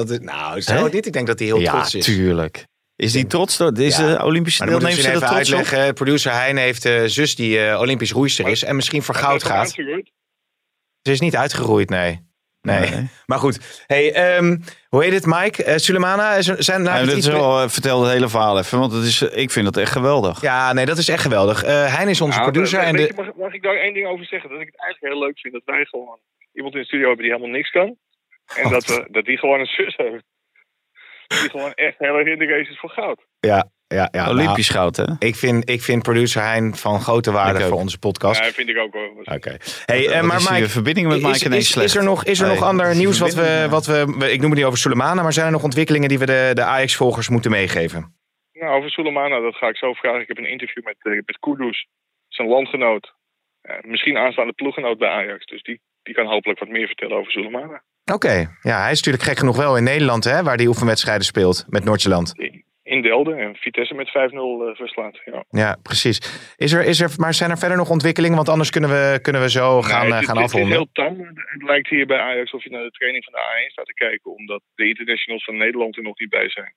ik denk dat hij heel trots is. Ja, tuurlijk. Is die trots? Deze Olympische deelnemers er trots uitleggen. Op? Producer Hein heeft zus die Olympisch roeister is en misschien voor goud gaat. Ze is niet uitgeroeid, nee. Maar goed. Hey, hoe heet het, Mike? Sulemana? Vertel het hele verhaal even, want ik vind het echt geweldig. Ja, nee, dat is echt geweldig. Hein is onze producer. Mag ik daar één ding over zeggen? Dat ik het eigenlijk heel leuk vind dat wij gewoon iemand in de studio hebben die helemaal niks kan. En dat die gewoon een zus heeft. Die gewoon echt heel erg in de race is voor goud. Ja. Olympisch goud, hè? Ik vind producer Hein van grote waarde voor onze podcast. Ja, vind ik ook wel. Oké. Hey, maar Mike, verbinding met Mike ineens slecht. Is er nog ander nieuws wat we... Ik noem het niet over Sulemana, maar zijn er nog ontwikkelingen die we de Ajax-volgers moeten meegeven? Nou, over Sulemana, dat ga ik zo vragen. Ik heb een interview met Kudus, zijn landgenoot. Misschien aanstaande ploeggenoot bij Ajax. Dus die kan hopelijk wat meer vertellen over Sulemana. Oké. Ja, hij is natuurlijk gek genoeg wel in Nederland, hè, waar hij oefenwedstrijden speelt met Noordjylland. In Delden en Vitesse met 5-0 verslaat. Ja, precies. Maar zijn er verder nog ontwikkelingen? Want anders kunnen we zo gaan afronden. Het is heel tam. Het lijkt hier bij Ajax of je naar de training van de A1 staat te kijken, omdat de internationals van Nederland er nog niet bij zijn.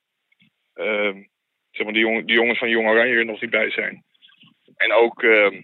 Zeg maar de jongens van Jong Oranje er nog niet bij zijn. En ook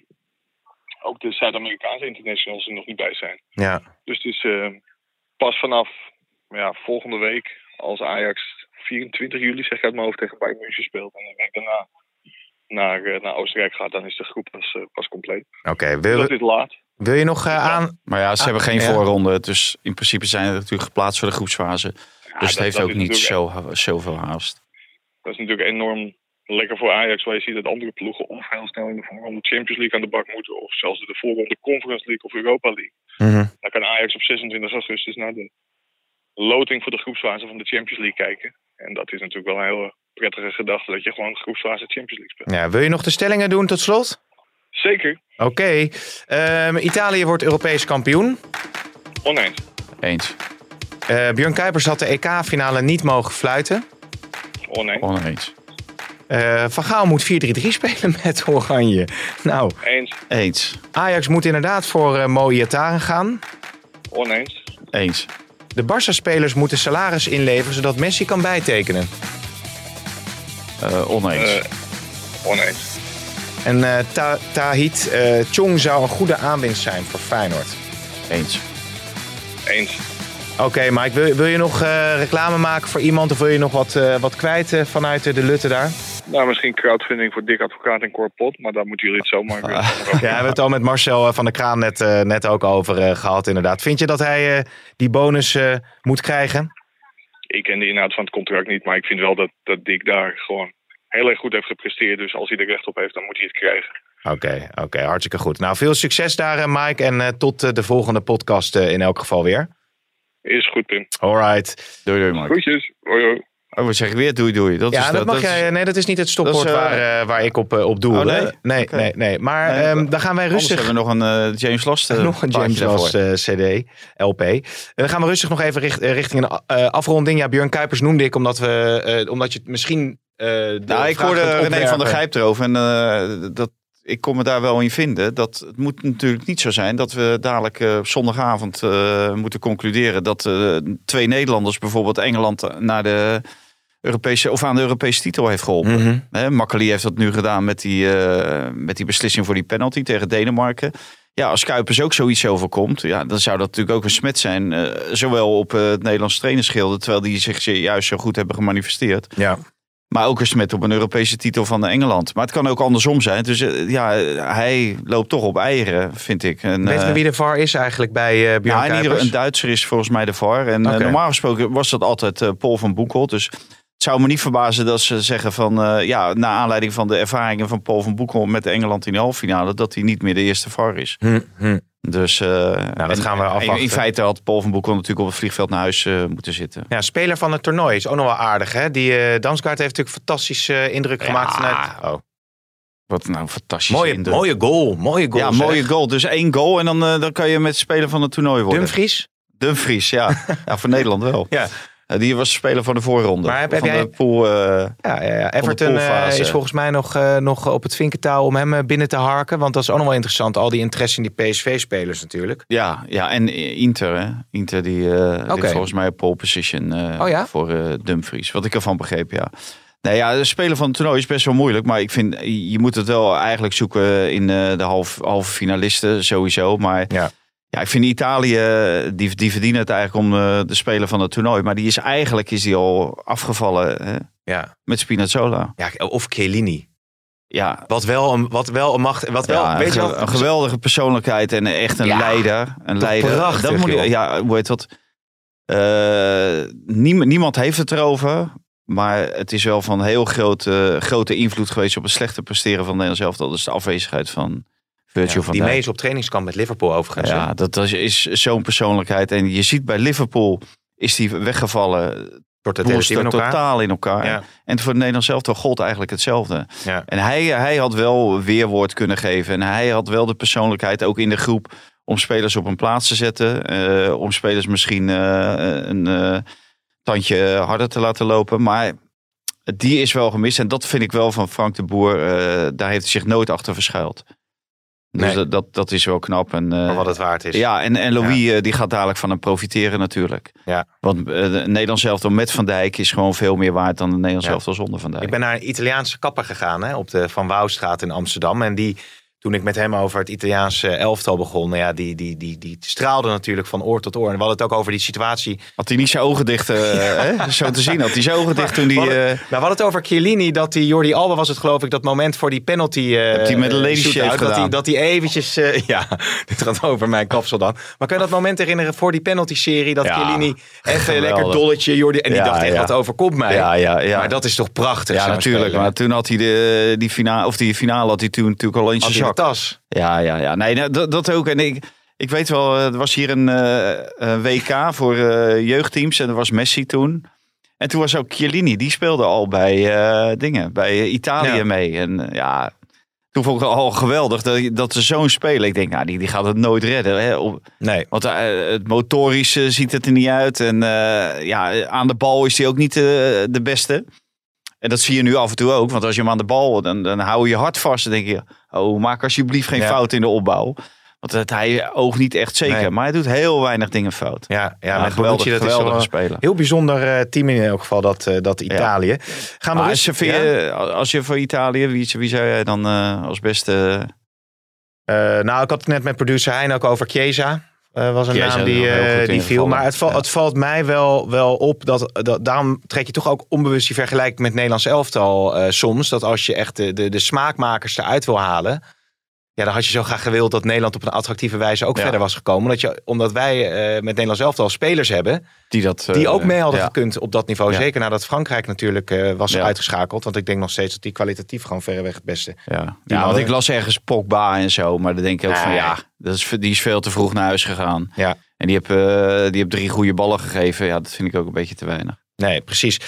de Zuid-Amerikaanse internationals er nog niet bij zijn. Ja. Dus het is pas vanaf volgende week, als Ajax 24 juli, zeg ik uit mijn hoofd, tegen Bayern München speelt. En de week daarna naar Oostenrijk gaat, dan is de groep pas compleet. Oké. Dat is laat. Wil je nog aan... Maar ja, ze hebben geen voorronde. Dus in principe zijn ze natuurlijk geplaatst voor de groepsfase. Dus het heeft ook niet zoveel haast. Dat is natuurlijk enorm lekker voor Ajax, waar je ziet dat andere ploegen of heel snel in de voorronde Champions League aan de bak moeten. Of zelfs de voorronde Conference League of Europa League. Mm-hmm. Dan kan Ajax op 26 augustus naar de loting voor de groepsfase van de Champions League kijken. En dat is natuurlijk wel een hele prettige gedachte, dat je gewoon de groepsfase Champions League speelt. Ja, wil je nog de stellingen doen tot slot? Zeker. Oké. Italië wordt Europees kampioen. Oneens. Eens. Björn Kuipers had de EK-finale niet mogen fluiten. Oneens. Van Gaal moet 4-3-3 spelen met Oranje. Nou. Eens. Ajax moet inderdaad voor Mo Iataren gaan. Oneens. Eens. De Barça-spelers moeten salaris inleveren zodat Messi kan bijtekenen. Oneens. Oneens. En Tahith Chong zou een goede aanwinst zijn voor Feyenoord. Eens. Oké, Mike, wil je nog reclame maken voor iemand of wil je nog wat kwijt vanuit de Lutte daar? Nou, misschien crowdfunding voor Dick Advocaat en Cor Pot, maar daar moeten jullie het zomaar weer over. Ja, we hebben het al met Marcel van der Kraan net ook over gehad inderdaad. Vind je dat hij die bonus moet krijgen? Ik ken de inhoud van het contract niet, maar ik vind wel dat Dick daar gewoon heel erg goed heeft gepresteerd. Dus als hij er recht op heeft, dan moet hij het krijgen. Oké, hartstikke goed. Nou, veel succes daar, Mike. En tot de volgende podcast in elk geval weer. Is goed, Pim. Alright. Doei, Mike. Groetjes. Hoi. Oh, wat zeg ik weer? Doei. Dat mag jij. Nee, dat is niet het stopwoord waar ik op doe. Oh, nee? Nee. Maar dan gaan wij rustig. Hebben we nog een James Last nog een James Last CD, LP. En dan gaan we rustig nog even richting een afronding. Ja, Björn Kuipers noemde ik omdat je het misschien... ik hoorde René van der Gijp erover en ik kon me daar wel in vinden. Het moet natuurlijk niet zo zijn dat we dadelijk zondagavond moeten concluderen dat 2 Nederlanders bijvoorbeeld Engeland naar de Europese of aan de Europese titel heeft geholpen. Mm-hmm. Makkeli heeft dat nu gedaan met die beslissing voor die penalty tegen Denemarken. Ja, als Kuipers ook zoiets overkomt, dan zou dat natuurlijk ook een smet zijn. Zowel op het Nederlandse trainersgilde, terwijl die zich juist zo goed hebben gemanifesteerd. Ja. Maar ook een smet op een Europese titel van Engeland. Maar het kan ook andersom zijn. Dus hij loopt toch op eieren, vind ik. En, weet je wie de VAR is eigenlijk bij Björn Kuipers? Een Duitser is volgens mij de VAR. En normaal gesproken was dat altijd Paul van Boekel. Dus het zou me niet verbazen dat ze zeggen van... naar aanleiding van de ervaringen van Paul van Boekel met Engeland in de halve finale... dat hij niet meer de eerste VAR is. Dus dat gaan we afwachten. In feite had Paul van Boekel natuurlijk op het vliegveld naar huis moeten zitten. Ja, speler van het toernooi is ook nog wel aardig. Hè? Die Damsgaard heeft natuurlijk fantastische indruk gemaakt. Wat nou een fantastische indruk. Mooie goal. Ja, mooie goal. Dus 1 goal en dan kan je met speler van het toernooi worden. Dumfries, ja. Ja, voor Nederland wel. Ja. Die was speler van de voorronde. Maar heb jij... de pool, Everton is volgens mij nog op het vinkentouw om hem binnen te harken. Want dat is ook nog wel interessant. Al die interesse in die PSV-spelers natuurlijk. Ja, en Inter. Hè? Inter die ligt volgens mij op pole position voor Dumfries. Wat ik ervan begreep, ja. Nou ja, de speler van het toernooi is best wel moeilijk. Maar ik vind, je moet het wel eigenlijk zoeken in de halve finalisten sowieso. Maar... Ja, ik vind Italië, die verdienen het eigenlijk om de speler van het toernooi. Maar die is al afgevallen met Spinazzola. Ja, of Chiellini. Ja. Wat wel een macht... weet je wat? Een geweldige persoonlijkheid en echt een leider. Prachtig, dat moet hoe heet dat? Niemand heeft het erover. Maar het is wel van heel grote invloed geweest op het slechte presteren van Nederland zelf. Dat is de afwezigheid van... die mee is op trainingskamp met Liverpool overigens. Ja, dat is zo'n persoonlijkheid. En je ziet bij Liverpool is die weggevallen. Totaal in elkaar. Ja. En voor Nederland zelf gold eigenlijk hetzelfde. Ja. En hij had wel weerwoord kunnen geven. En hij had wel de persoonlijkheid ook in de groep om spelers op een plaats te zetten. Om spelers misschien een tandje harder te laten lopen. Maar die is wel gemist. En dat vind ik wel van Frank de Boer. Daar heeft hij zich nooit achter verschuild. Dus dat is wel knap. En, maar wat het waard is. Ja, en Louis die gaat dadelijk van hem profiteren natuurlijk. Ja. Want Nederland zelf met Van Dijk is gewoon veel meer waard dan de Nederland zelf zonder Van Dijk. Ik ben naar een Italiaanse kapper gegaan op de Van Wouwstraat in Amsterdam. En toen ik met hem over het Italiaanse elftal begon, die straalde natuurlijk van oor tot oor. En we hadden het ook over die situatie. Had hij niet zijn ogen dicht, zo te zien? Had hij zijn ogen dicht toen die... We hadden het over Chiellini, dat die Jordi Alba was het geloof ik, dat moment voor die penalty... die met een lady shave gedaan. Dat hij eventjes... dit gaat over mijn kapsel dan. Maar kan je dat moment herinneren voor die penalty-serie, dat Chiellini even lekker dolletje, Jordi... En die dacht echt, wat overkomt mij? Ja. Maar dat is toch prachtig? Ja, natuurlijk. Spelen. Maar toen had hij die finale had hij toen natuurlijk al in zijn zak. Tas. Ja. Nee, dat ook. En ik weet wel, er was hier een WK voor jeugdteams en er was Messi toen. En toen was ook Chiellini, die speelde al bij Italië mee. En toen vond ik al geweldig dat er zo'n speler, ik denk, die gaat het nooit redden. Hè? Nee. Want het motorisch ziet het er niet uit. En aan de bal is hij ook niet de beste. En dat zie je nu af en toe ook. Want als je hem aan de bal, dan hou je hart vast. Dan denk je, maak alsjeblieft geen fout in de opbouw. Want hij oogt niet echt zeker. Maar hij doet heel weinig dingen fout. Ja, met Bonucci, dat is wel een heel bijzonder team in elk geval, dat Italië. Ja. Gaan we als je voor Italië, wie zou jij dan als beste... ik had het net met producer Hein ook over Chiesa. Was een naam die viel. Maar het valt mij wel op dat daarom trek je toch ook onbewust die vergelijking met Nederlands elftal soms. Dat als je echt de smaakmakers eruit wil halen. Ja, dan had je zo graag gewild dat Nederland op een attractieve wijze ook verder was gekomen. Omdat wij met Nederlands elftal spelers hebben die ook mee hadden gekund op dat niveau. Ja. Zeker nadat Frankrijk natuurlijk was uitgeschakeld. Want ik denk nog steeds dat die kwalitatief gewoon verreweg het beste. Ja, want ik las ergens Pogba en zo. Maar dan denk ik ook die is veel te vroeg naar huis gegaan. Ja. En die heeft 3 goede ballen gegeven. Ja, dat vind ik ook een beetje te weinig. Nee, precies.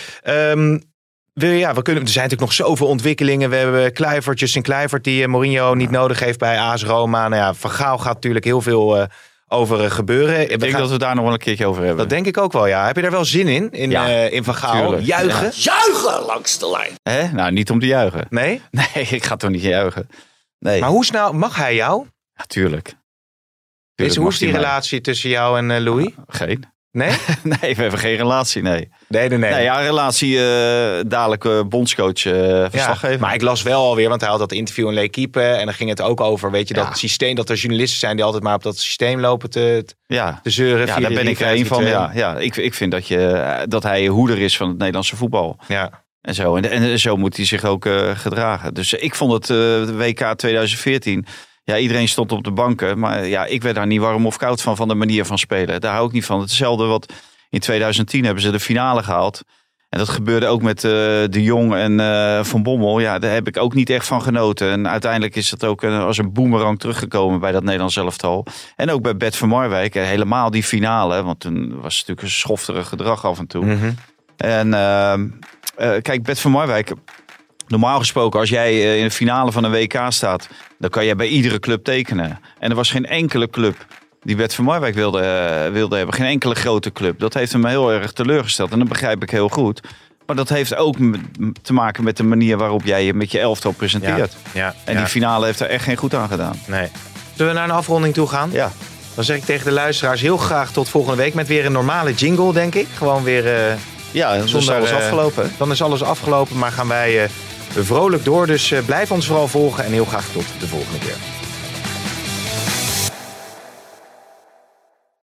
Er zijn natuurlijk nog zoveel ontwikkelingen. We hebben Justin Kluivert die Mourinho niet nodig heeft bij AS Roma. Nou ja, Van Gaal gaat natuurlijk heel veel over gebeuren. Ik denk dat we daar nog wel een keertje over hebben. Dat denk ik ook wel, ja. Heb je daar wel zin in Van Gaal? Tuurlijk. Juichen? Ja. Juichen langs de lijn. Nou, niet om te juichen. Nee? Nee, ik ga toch niet juichen. Nee. Maar hoe snel mag hij jou? Ja, tuurlijk. Hoe is die relatie tussen jou en Louis? Geen. Nee? Nee, we hebben geen relatie, nee. Nee. Nee, ja, relatie dadelijk bondscoach verslaggever. Maar ik las wel alweer, want hij had dat interview in L'Équipe en dan ging het ook over, weet je, dat systeem, dat er journalisten zijn die altijd maar op dat systeem lopen te zeuren. Ja, daar ben ik er een van. Ja, ik vind dat hij hoeder is van het Nederlandse voetbal. Ja. En zo. En zo moet hij zich ook gedragen. Dus ik vond het WK 2014... Ja, iedereen stond op de banken. Maar ja, ik werd daar niet warm of koud van de manier van spelen. Daar hou ik niet van. Hetzelfde wat in 2010 hebben ze de finale gehaald. En dat gebeurde ook met De Jong en Van Bommel. Ja, daar heb ik ook niet echt van genoten. En uiteindelijk is dat ook als een boemerang teruggekomen bij dat Nederlands elftal. En ook bij Bert van Marwijk. Helemaal die finale. Want toen was het natuurlijk een schofterig gedrag af en toe. Mm-hmm. En kijk, Bert van Marwijk... Normaal gesproken, als jij in de finale van een WK staat, dan kan jij bij iedere club tekenen. En er was geen enkele club die Bert van Marwijk wilde hebben. Geen enkele grote club. Dat heeft hem heel erg teleurgesteld. En dat begrijp ik heel goed. Maar dat heeft ook te maken met de manier waarop jij je met je elftal presenteert. Die finale heeft er echt geen goed aan gedaan. Nee. Zullen we naar een afronding toe gaan? Ja. Dan zeg ik tegen de luisteraars heel graag tot volgende week met weer een normale jingle, denk ik. Gewoon weer... dan is alles afgelopen. Dan is alles afgelopen, maar gaan wij... vrolijk door, dus blijf ons vooral volgen en heel graag tot de volgende keer.